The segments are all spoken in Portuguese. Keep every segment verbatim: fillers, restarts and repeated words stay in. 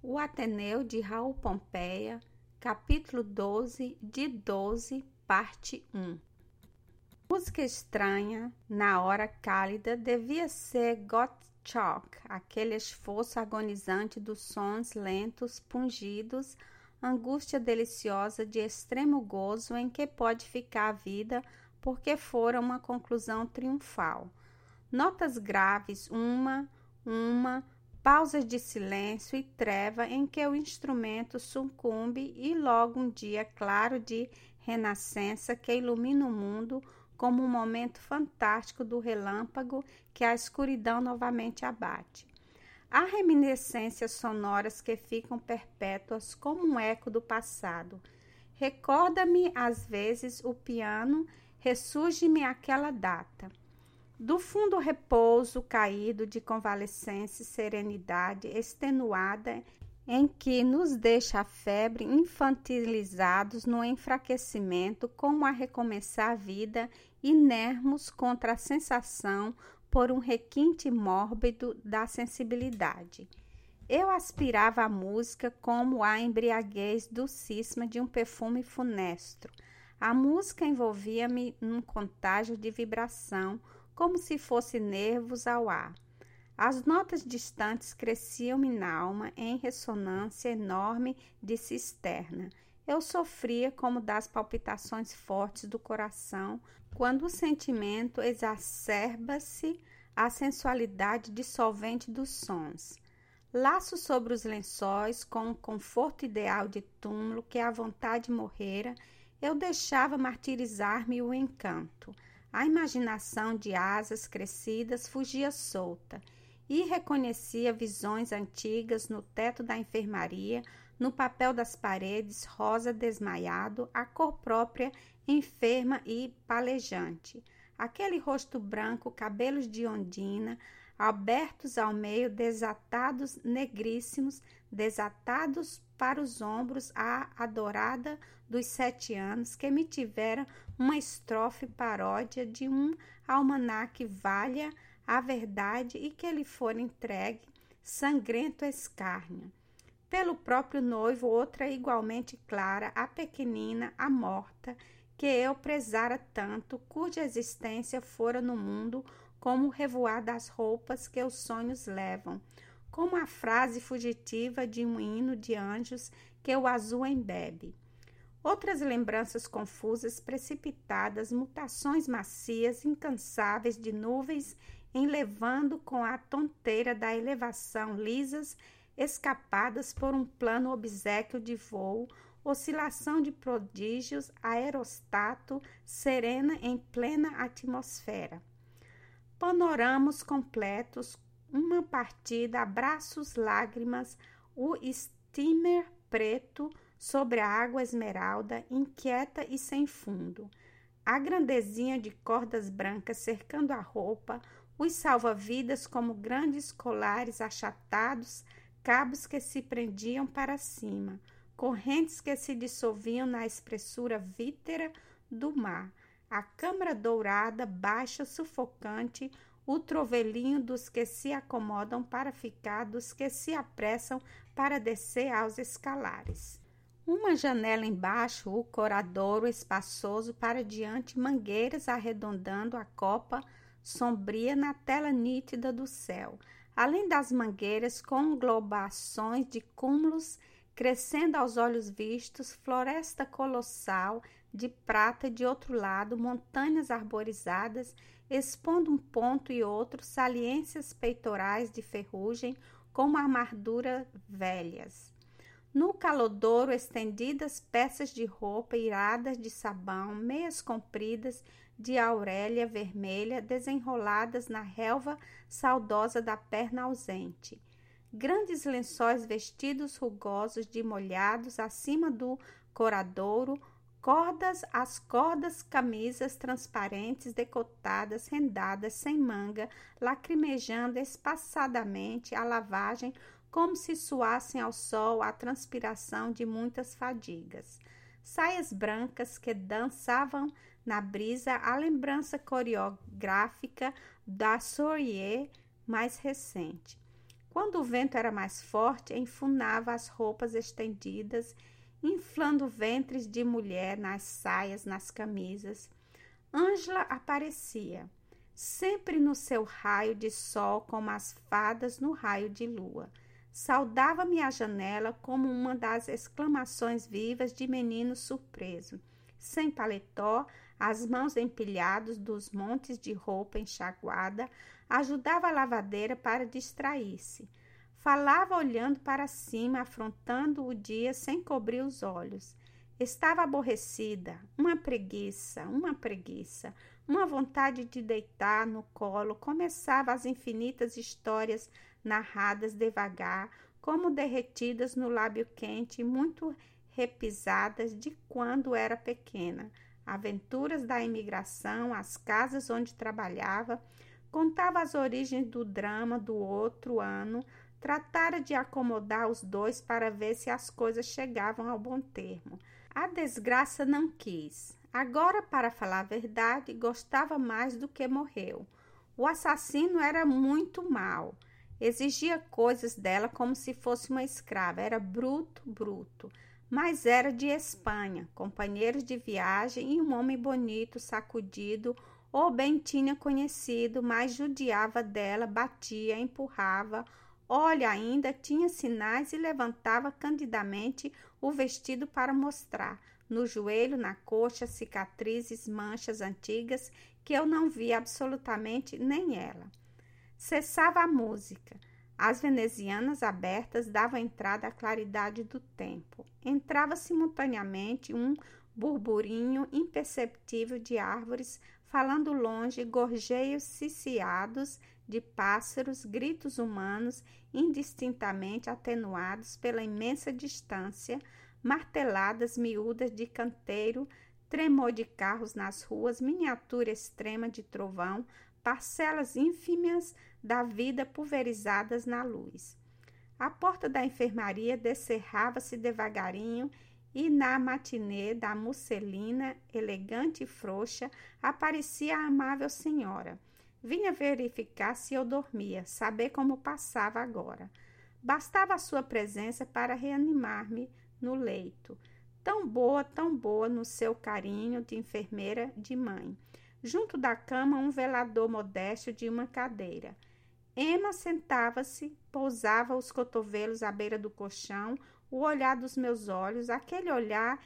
O Ateneu de Raul Pompeia, capítulo doze, de doze, parte um. Música estranha, na hora cálida, devia ser Gottschalk, aquele esforço agonizante dos sons lentos, pungidos, angústia deliciosa de extremo gozo em que pode ficar a vida porque fora uma conclusão triunfal. Notas graves, uma, uma, pausas de silêncio e treva em que o instrumento sucumbe e logo um dia claro de renascença que ilumina o mundo como um momento fantástico do relâmpago que a escuridão novamente abate. Há reminiscências sonoras que ficam perpétuas como um eco do passado. Recorda-me às vezes o piano, ressurge-me aquela data. Do fundo repouso caído de convalescência e serenidade extenuada em que nos deixa a febre infantilizados no enfraquecimento como a recomeçar a vida inermos contra a sensação por um requinte mórbido da sensibilidade. Eu aspirava a música como a embriaguez do cisma de um perfume funesto. A música envolvia-me num contágio de vibração, como se fosse nervos ao ar. As notas distantes cresciam-me na alma em ressonância enorme de cisterna. Eu sofria como das palpitações fortes do coração, quando o sentimento exacerba-se à sensualidade dissolvente dos sons. Laço sobre os lençóis, com o conforto ideal de túmulo que à vontade morrera, eu deixava martirizar-me o encanto. A imaginação de asas crescidas fugia solta e reconhecia visões antigas no teto da enfermaria, no papel das paredes, rosa desmaiado, a cor própria, enferma e palejante. Aquele rosto branco, cabelos de ondina, abertos ao meio, desatados, negríssimos, desatados para os ombros, a adorada dos sete anos, que me tivera uma estrofe paródia de um almanaque valha a verdade e que lhe fora entregue, sangrento escárnio. Pelo próprio noivo, outra igualmente clara, a pequenina, a morta, que eu prezara tanto, cuja existência fora no mundo como o revoar das roupas que os sonhos levam, como a frase fugitiva de um hino de anjos que o azul embebe. Outras lembranças confusas, precipitadas, mutações macias, incansáveis de nuvens, enlevando com a tonteira da elevação lisas, escapadas por um plano obséquio de voo, oscilação de prodígios, aerostato, serena em plena atmosfera. Panoramas completos, uma partida, abraços, lágrimas, o steamer preto sobre a água esmeralda, inquieta e sem fundo. A grandezinha de cordas brancas cercando a roupa, os salva-vidas como grandes colares achatados, cabos que se prendiam para cima, correntes que se dissolviam na espessura vítera do mar, a câmara dourada, baixa, sufocante, o trovelinho dos que se acomodam para ficar, dos que se apressam para descer aos escalares. Uma janela embaixo, o coradouro espaçoso para diante, mangueiras arredondando a copa sombria na tela nítida do céu. Além das mangueiras, conglobações de cúmulos crescendo aos olhos vistos, floresta colossal de prata e de outro lado, montanhas arborizadas, expondo um ponto e outro, saliências peitorais de ferrugem como armadura velhas. No calodouro, estendidas peças de roupa iradas de sabão, meias compridas de aurélia vermelha, desenroladas na relva saudosa da perna ausente. Grandes lençóis vestidos rugosos de molhados acima do coradouro, cordas, as cordas, camisas transparentes, decotadas, rendadas, sem manga, lacrimejando espaçadamente a lavagem, como se suassem ao sol a transpiração de muitas fadigas. Saias brancas que dançavam na brisa a lembrança coreográfica da soirée mais recente. Quando o vento era mais forte, enfunava as roupas estendidas, inflando ventres de mulher nas saias, nas camisas. Ângela aparecia, sempre no seu raio de sol, como as fadas no raio de lua. Saudava-me à janela como uma das exclamações vivas de menino surpreso. Sem paletó, as mãos empilhadas dos montes de roupa enxaguada, ajudava a lavadeira para distrair-se. Falava olhando para cima, afrontando o dia sem cobrir os olhos. Estava aborrecida, uma preguiça, uma preguiça, uma vontade de deitar no colo. Começava as infinitas histórias narradas devagar, como derretidas no lábio quente, muito repisadas de quando era pequena. Aventuras da imigração, as casas onde trabalhava. Contava as origens do drama do outro ano. Tratara de acomodar os dois para ver se as coisas chegavam ao bom termo. A desgraça não quis. Agora, para falar a verdade, gostava mais do que morreu. O assassino era muito mau. Exigia coisas dela como se fosse uma escrava. Era bruto, bruto. Mas era de Espanha, companheiros de viagem e um homem bonito, sacudido, ou bem tinha conhecido, mas judiava dela, batia, empurrava. Olha, ainda tinha sinais e levantava candidamente o vestido para mostrar. No joelho, na coxa, cicatrizes, manchas antigas que eu não via absolutamente nem ela. Cessava a música. As venezianas abertas davam entrada à claridade do tempo. Entrava simultaneamente um burburinho imperceptível de árvores, falando longe, gorjeios ciciados de pássaros, gritos humanos indistintamente atenuados pela imensa distância, marteladas miúdas de canteiro, tremor de carros nas ruas, miniatura extrema de trovão, parcelas ínfimas da vida pulverizadas na luz. A porta da enfermaria descerrava-se devagarinho e na matinê da musselina, elegante e frouxa, aparecia a amável senhora. Vinha verificar se eu dormia, saber como passava agora. Bastava a sua presença para reanimar-me no leito. Tão boa, tão boa no seu carinho de enfermeira de mãe. Junto da cama, um velador modesto de uma cadeira. Emma sentava-se, pousava os cotovelos à beira do colchão, o olhar dos meus olhos, aquele olhar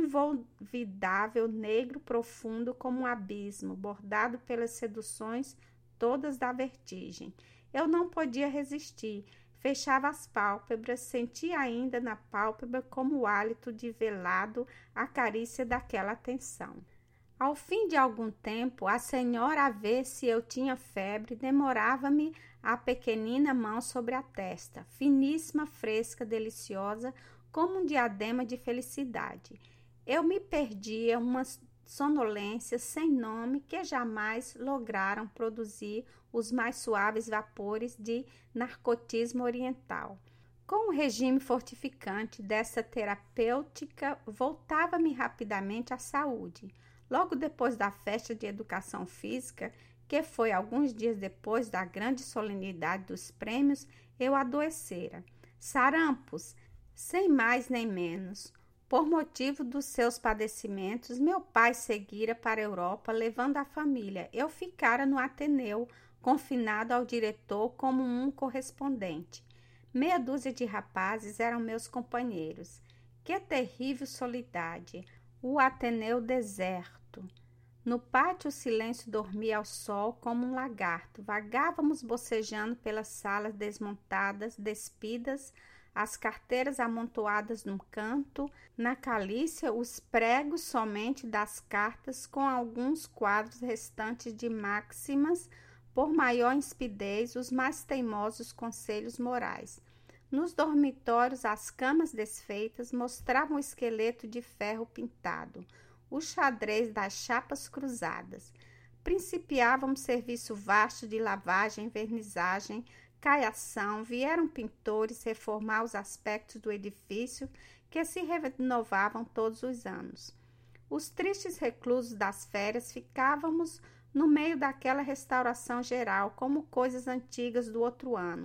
involvidável, negro, profundo, como um abismo, bordado pelas seduções todas da vertigem. Eu não podia resistir. Fechava as pálpebras, sentia ainda na pálpebra como o hálito de velado a carícia daquela atenção. Ao fim de algum tempo, a senhora, a ver se eu tinha febre, demorava-me a pequenina mão sobre a testa, finíssima, fresca, deliciosa, como um diadema de felicidade. Eu me perdia uma sonolência sem nome que jamais lograram produzir os mais suaves vapores de narcotismo oriental. Com o regime fortificante dessa terapêutica, voltava-me rapidamente à saúde. Logo depois da festa de educação física, que foi alguns dias depois da grande solenidade dos prêmios, eu adoecera. Sarampos, sem mais nem menos. Por motivo dos seus padecimentos, meu pai seguira para a Europa, levando a família. Eu ficara no Ateneu, confinado ao diretor como um correspondente. Meia dúzia de rapazes eram meus companheiros. Que terrível solidade! O Ateneu deserto. No pátio o silêncio dormia ao sol como um lagarto. Vagávamos bocejando pelas salas desmontadas, despidas, as carteiras amontoadas num canto, na calícia os pregos somente das cartas com alguns quadros restantes de máximas, por maior inspidez, os mais teimosos conselhos morais. Nos dormitórios, as camas desfeitas mostravam o esqueleto de ferro pintado, o xadrez das chapas cruzadas. Principiava um serviço vasto de lavagem, vernizagem, caiação. Vieram pintores reformar os aspectos do edifício que se renovavam todos os anos. Os tristes reclusos das férias ficávamos no meio daquela restauração geral, como coisas antigas do outro ano,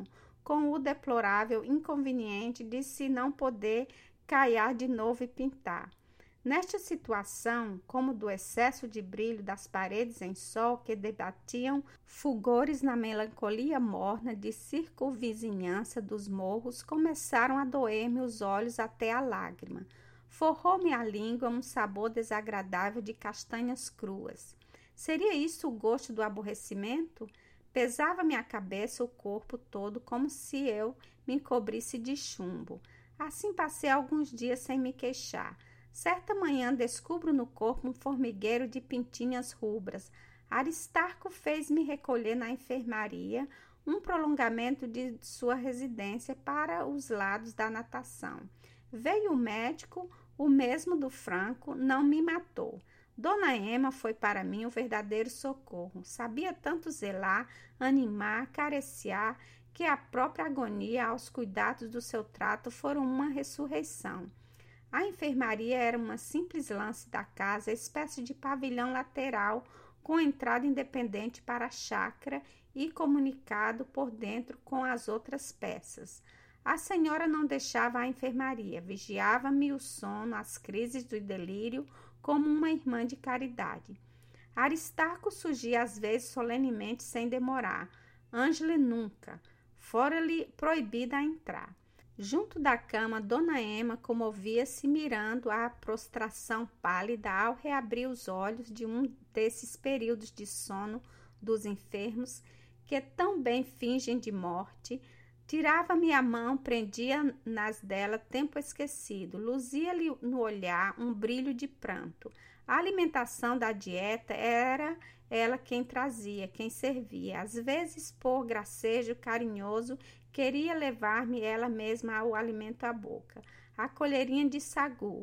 com o deplorável inconveniente de se não poder caiar de novo e pintar. Nesta situação, como do excesso de brilho das paredes em sol que debatiam fulgores na melancolia morna de circunvizinhança dos morros, começaram a doer-me os olhos até a lágrima. Forrou-me a língua um sabor desagradável de castanhas cruas. Seria isso o gosto do aborrecimento? Pesava-me a cabeça, o corpo todo, como se eu me encobrisse de chumbo. Assim passei alguns dias sem me queixar. Certa manhã descubro no corpo um formigueiro de pintinhas rubras. Aristarco fez-me recolher na enfermaria, um prolongamento de sua residência para os lados da natação. Veio o médico, o mesmo do Franco, não me matou. Dona Ema foi para mim um verdadeiro socorro. Sabia tanto zelar, animar, acariciar, que a própria agonia aos cuidados do seu trato foram uma ressurreição. A enfermaria era uma simples lance da casa, espécie de pavilhão lateral, com entrada independente para a chácara e comunicado por dentro com as outras peças. A senhora não deixava a enfermaria, vigiava-me o sono, as crises do delírio, como uma irmã de caridade. Aristarco surgia às vezes solenemente sem demorar. Ângela nunca. Fora-lhe proibida a entrar. Junto da cama, Dona Ema comovia-se mirando a prostração pálida ao reabrir os olhos de um desses períodos de sono dos enfermos que tão bem fingem de morte. Tirava-me a mão, prendia nas dela tempo esquecido, luzia-lhe no olhar um brilho de pranto. A alimentação da dieta era ela quem trazia, quem servia. Às vezes, por gracejo carinhoso, queria levar-me ela mesma ao alimento à boca, a colherinha de sagu,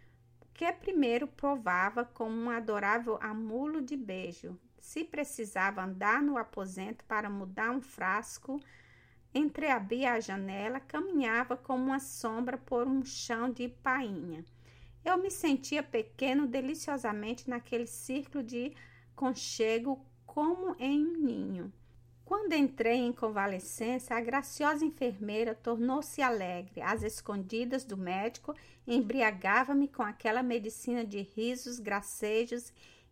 que primeiro provava com um adorável amulo de beijo. Se precisava andar no aposento para mudar um frasco, entreabria a janela, caminhava como uma sombra por um chão de painha. Eu me sentia pequeno deliciosamente naquele círculo de conchego como em um ninho. Quando entrei em convalescença, a graciosa enfermeira tornou-se alegre. Às escondidas do médico, embriagava-me com aquela medicina de risos, gracejos,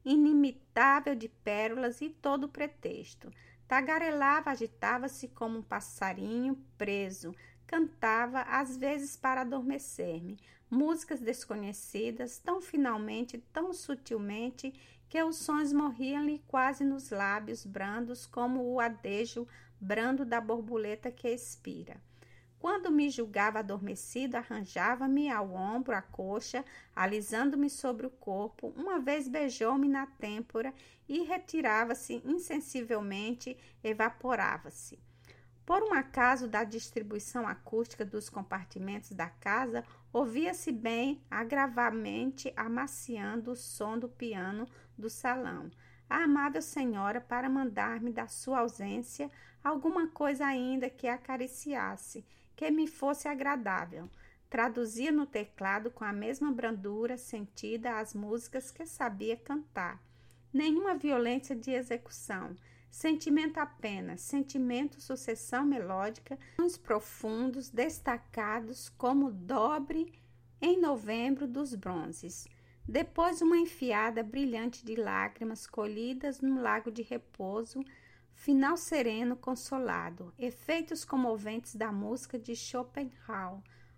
inimitável de pérolas e todo pretexto. Tagarelava, agitava-se como um passarinho preso, cantava, às vezes para adormecer-me, músicas desconhecidas, tão finalmente, tão sutilmente, que os sons morriam-lhe quase nos lábios brandos, como o adejo brando da borboleta que expira. Quando me julgava adormecido, arranjava-me ao ombro a coxa, alisando-me sobre o corpo, uma vez beijou-me na têmpora e retirava-se insensivelmente, evaporava-se. Por um acaso da distribuição acústica dos compartimentos da casa, ouvia-se bem agravamente amaciando o som do piano do salão. A amável senhora, para mandar-me da sua ausência alguma coisa ainda que acariciasse, que me fosse agradável. Traduzia no teclado com a mesma brandura sentida as músicas que sabia cantar. Nenhuma violência de execução, sentimento apenas, sentimento, sucessão melódica, uns profundos, destacados como o dobre em novembro dos bronzes. Depois uma enfiada brilhante de lágrimas colhidas num lago de repouso, final sereno, consolado, efeitos comoventes da música de Schopenhauer,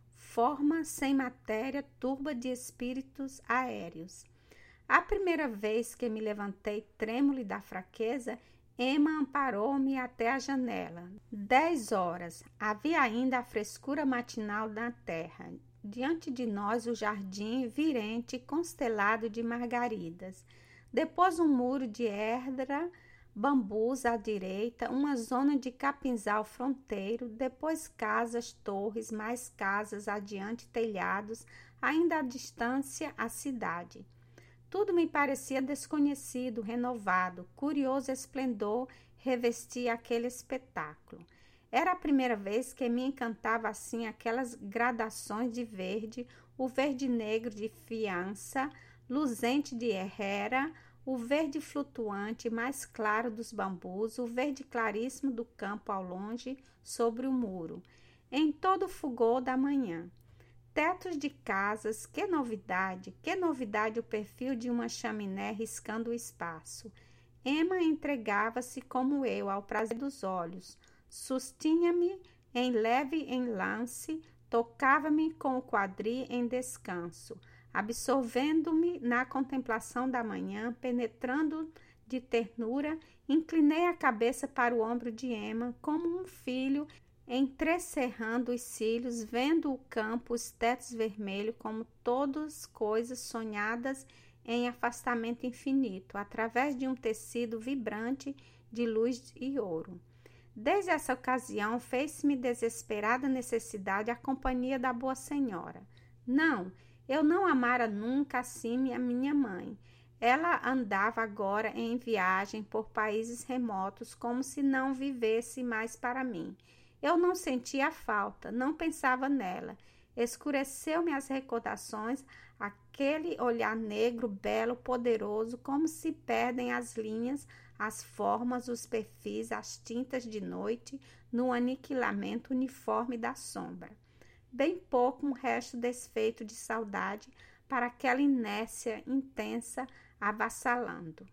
forma sem matéria, turba de espíritos aéreos. A primeira vez que me levantei trêmulo da fraqueza, Ema amparou-me até a janela. Dez horas. Havia ainda a frescura matinal na terra. Diante de nós o jardim virente constelado de margaridas. Depois um muro de herdra, bambus à direita, uma zona de capinzal fronteiro, depois casas, torres, mais casas, adiante telhados, ainda à distância a cidade. Tudo me parecia desconhecido, renovado, curioso esplendor revestia aquele espetáculo. Era a primeira vez que me encantava assim aquelas gradações de verde, o verde negro de fiança, luzente de Herrera, o verde flutuante mais claro dos bambus, o verde claríssimo do campo ao longe sobre o muro, em todo o fulgor da manhã. Tetos de casas, que novidade, que novidade o perfil de uma chaminé riscando o espaço. Emma entregava-se como eu ao prazer dos olhos, sustinha-me em leve enlace, tocava-me com o quadril em descanso, absorvendo-me na contemplação da manhã, penetrando de ternura, inclinei a cabeça para o ombro de Emma, como um filho, entrecerrando os cílios, vendo o campo, os tetos vermelhos, como todas coisas sonhadas em afastamento infinito, através de um tecido vibrante de luz e ouro. Desde essa ocasião, fez-me desesperada necessidade a companhia da boa senhora. Não, eu não amara nunca assim a minha mãe. Ela andava agora em viagem por países remotos, como se não vivesse mais para mim. Eu não sentia falta, não pensava nela. Escureceu-me as recordações, aquele olhar negro, belo, poderoso, como se perdem as linhas, as formas, os perfis, as tintas de noite, no aniquilamento uniforme da sombra. Bem pouco um resto desfeito de saudade para aquela inércia intensa avassalando.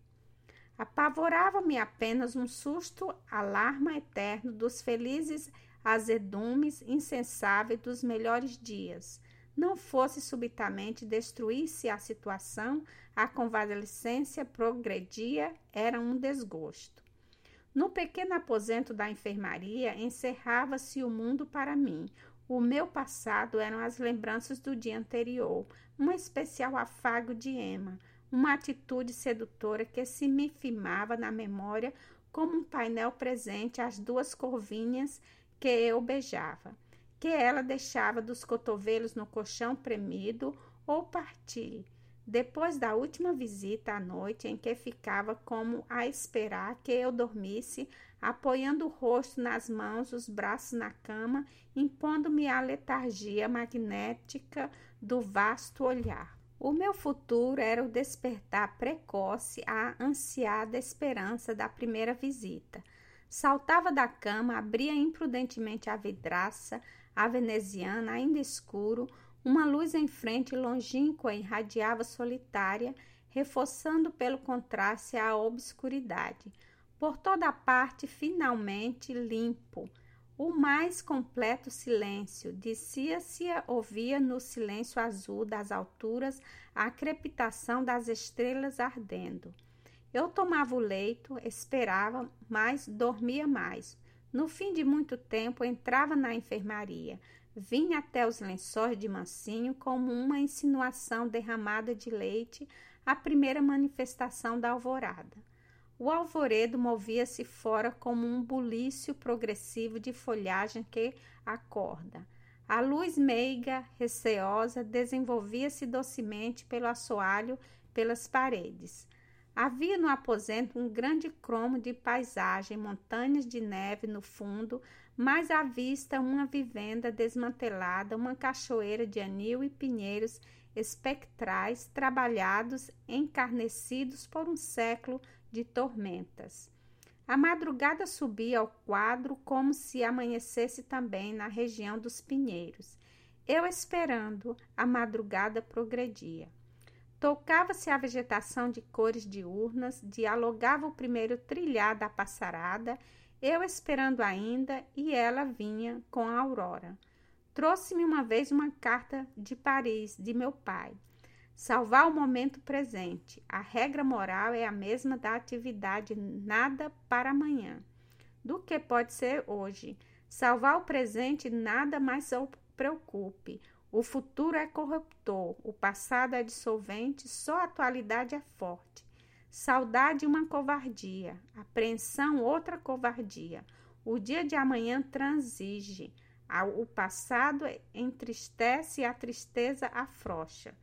Apavorava-me apenas um susto alarma eterno dos felizes azedumes insensáveis dos melhores dias. Não fosse subitamente destruir-se a situação, a convalescência progredia, era um desgosto. No pequeno aposento da enfermaria encerrava-se o mundo para mim. O meu passado eram as lembranças do dia anterior, um especial afago de Emma, uma atitude sedutora que se me firmava na memória como um painel presente às duas corvinhas que eu beijava, que ela deixava dos cotovelos no colchão premido ou partir, depois da última visita à noite em que ficava como a esperar que eu dormisse, apoiando o rosto nas mãos, os braços na cama, impondo-me a letargia magnética do vasto olhar. O meu futuro era o despertar precoce à ansiada esperança da primeira visita. Saltava da cama, abria imprudentemente a vidraça, a veneziana, ainda escuro, uma luz em frente longínqua irradiava solitária, reforçando pelo contraste a obscuridade. Por toda parte, finalmente, limpo. O mais completo silêncio, descia-se, ouvia no silêncio azul das alturas a crepitação das estrelas ardendo. Eu tomava o leito, esperava, mas dormia mais. No fim de muito tempo, entrava na enfermaria. Vinha até os lençóis de mansinho como uma insinuação derramada de leite, a primeira manifestação da alvorada. O alvoredo movia-se fora como um bulício progressivo de folhagem que acorda. A luz meiga, receosa, desenvolvia-se docemente pelo assoalho, pelas paredes. Havia no aposento um grande cromo de paisagem, montanhas de neve no fundo, mas à vista uma vivenda desmantelada, uma cachoeira de anil e pinheiros espectrais, trabalhados, encarnecidos por um século de tormentas. A madrugada subia ao quadro como se amanhecesse também na região dos pinheiros. Eu esperando, a madrugada progredia. Tocava-se a vegetação de cores diurnas, dialogava o primeiro trilhar da passarada, eu esperando ainda, e ela vinha com a aurora. Trouxe-me uma vez uma carta de Paris, de meu pai. Salvar o momento presente. A regra moral é a mesma da atividade, nada para amanhã, do que pode ser hoje. Salvar o presente, nada mais o preocupe. O futuro é corruptor, o passado é dissolvente, só a atualidade é forte. Saudade, uma covardia. Apreensão, outra covardia. O dia de amanhã transige. O passado entristece e a tristeza afrouxa.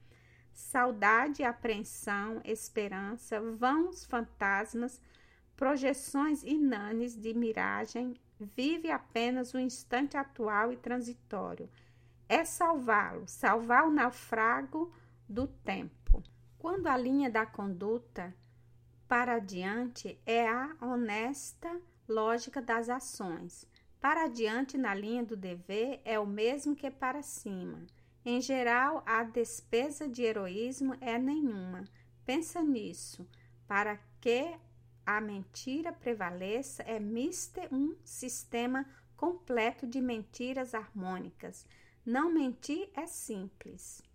Saudade, apreensão, esperança, vãos fantasmas, projeções inanes de miragem, vive apenas o instante atual e transitório. É salvá-lo, salvar o naufrago do tempo. Quando a linha da conduta para adiante é a honesta lógica das ações. Para adiante na linha do dever é o mesmo que para cima. Em geral, a despesa de heroísmo é nenhuma. Pensa nisso. Para que a mentira prevaleça, é mister um sistema completo de mentiras harmônicas. Não mentir é simples.